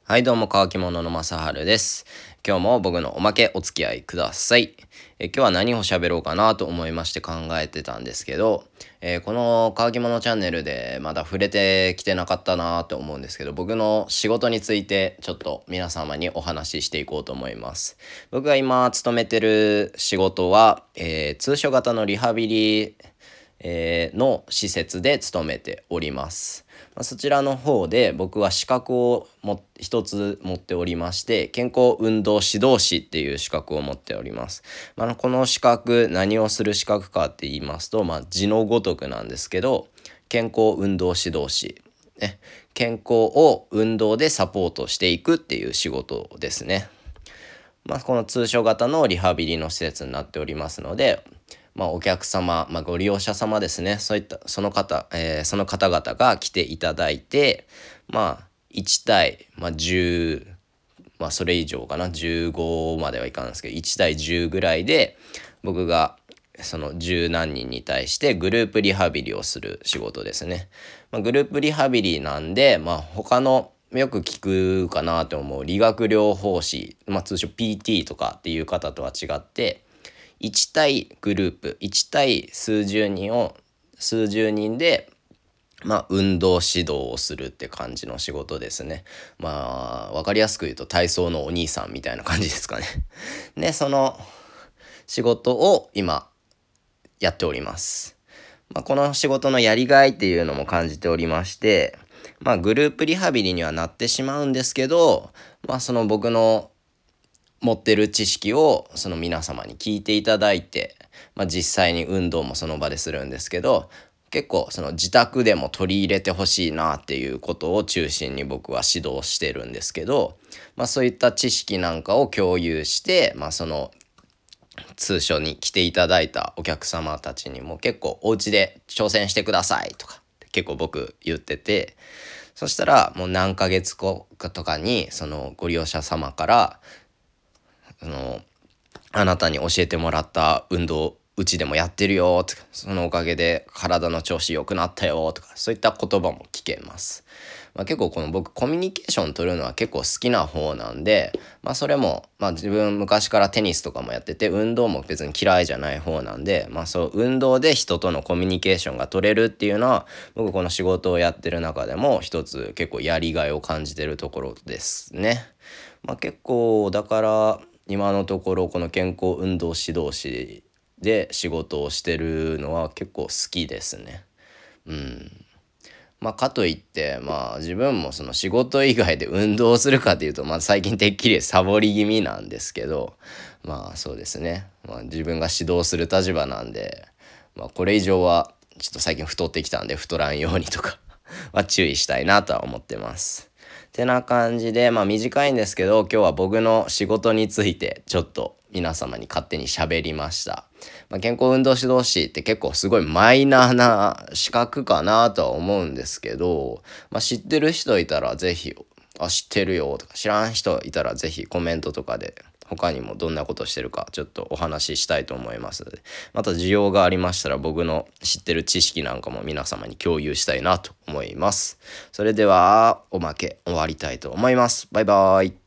はいどうも乾き物の正春です。今日も僕のおまけお付き合いください。今日は何を喋ろうかなと思いまして考えてたんですけど、この乾き物チャンネルでまだ触れてきてなかったなと思うんですけど、僕の仕事についてちょっと皆様にお話ししていこうと思います。僕が今勤めてる仕事は、通所型のリハビリの施設で勤めております。そちらの方で僕は資格を一つ持っておりまして、健康運動指導士っていう資格を持っております。この資格何をする資格かって言いますと、字のごとくなんですけど、健康運動指導士、健康を運動でサポートしていくっていう仕事ですね。この通所型のリハビリの施設になっておりますので、お客様、ご利用者様ですね、そういったその方々が来ていただいて、1対、10、それ以上かな、15まではいかんですけど、1対10ぐらいで僕がその十何人に対してグループリハビリをする仕事ですね。グループリハビリなんで、他のよく聞くかなと思う理学療法士、通称 PT とかっていう方とは違って、1対グループ、1対数十人で運動指導をするって感じの仕事ですね。わかりやすく言うと体操のお兄さんみたいな感じですかね。で、その仕事を今やっております。この仕事のやりがいっていうのも感じておりまして、グループリハビリにはなってしまうんですけど、その僕の持ってる知識をその皆様に聞いていただいて、実際に運動もその場でするんですけど、結構その自宅でも取り入れてほしいなっていうことを中心に僕は指導してるんですけど、そういった知識なんかを共有して、その通所に来ていただいたお客様たちにも結構お家で挑戦してくださいとか結構僕言ってて、そしたらもう何ヶ月後かとかにそのご利用者様からあなたに教えてもらった運動うちでもやってるよとか、そのおかげで体の調子良くなったよとか、そういった言葉も聞けます。結構この僕コミュニケーション取るのは結構好きな方なんで、それも自分昔からテニスとかもやってて運動も別に嫌いじゃない方なんで、そう運動で人とのコミュニケーションが取れるっていうのは僕この仕事をやってる中でも一つ結構やりがいを感じてるところですね。結構だから今のところこの健康運動指導士で仕事をしてるのは結構好きですね。かといって自分もその仕事以外で運動をするかというと最近てっきりサボり気味なんですけど、そうですね、自分が指導する立場なんで、これ以上はちょっと最近太ってきたんで太らんようにとかは注意したいなとは思ってます。てな感じで短いんですけど、今日は僕の仕事についてちょっと皆様に勝手に喋りました。健康運動指導士って結構すごいマイナーな資格かなとは思うんですけど、知ってる人いたらぜひ知ってるよとか、知らん人いたらぜひコメントとかで他にもどんなことしてるかちょっとお話ししたいと思いますので、また需要がありましたら僕の知ってる知識なんかも皆様に共有したいなと思います。それではおまけ終わりたいと思います。バイバイ。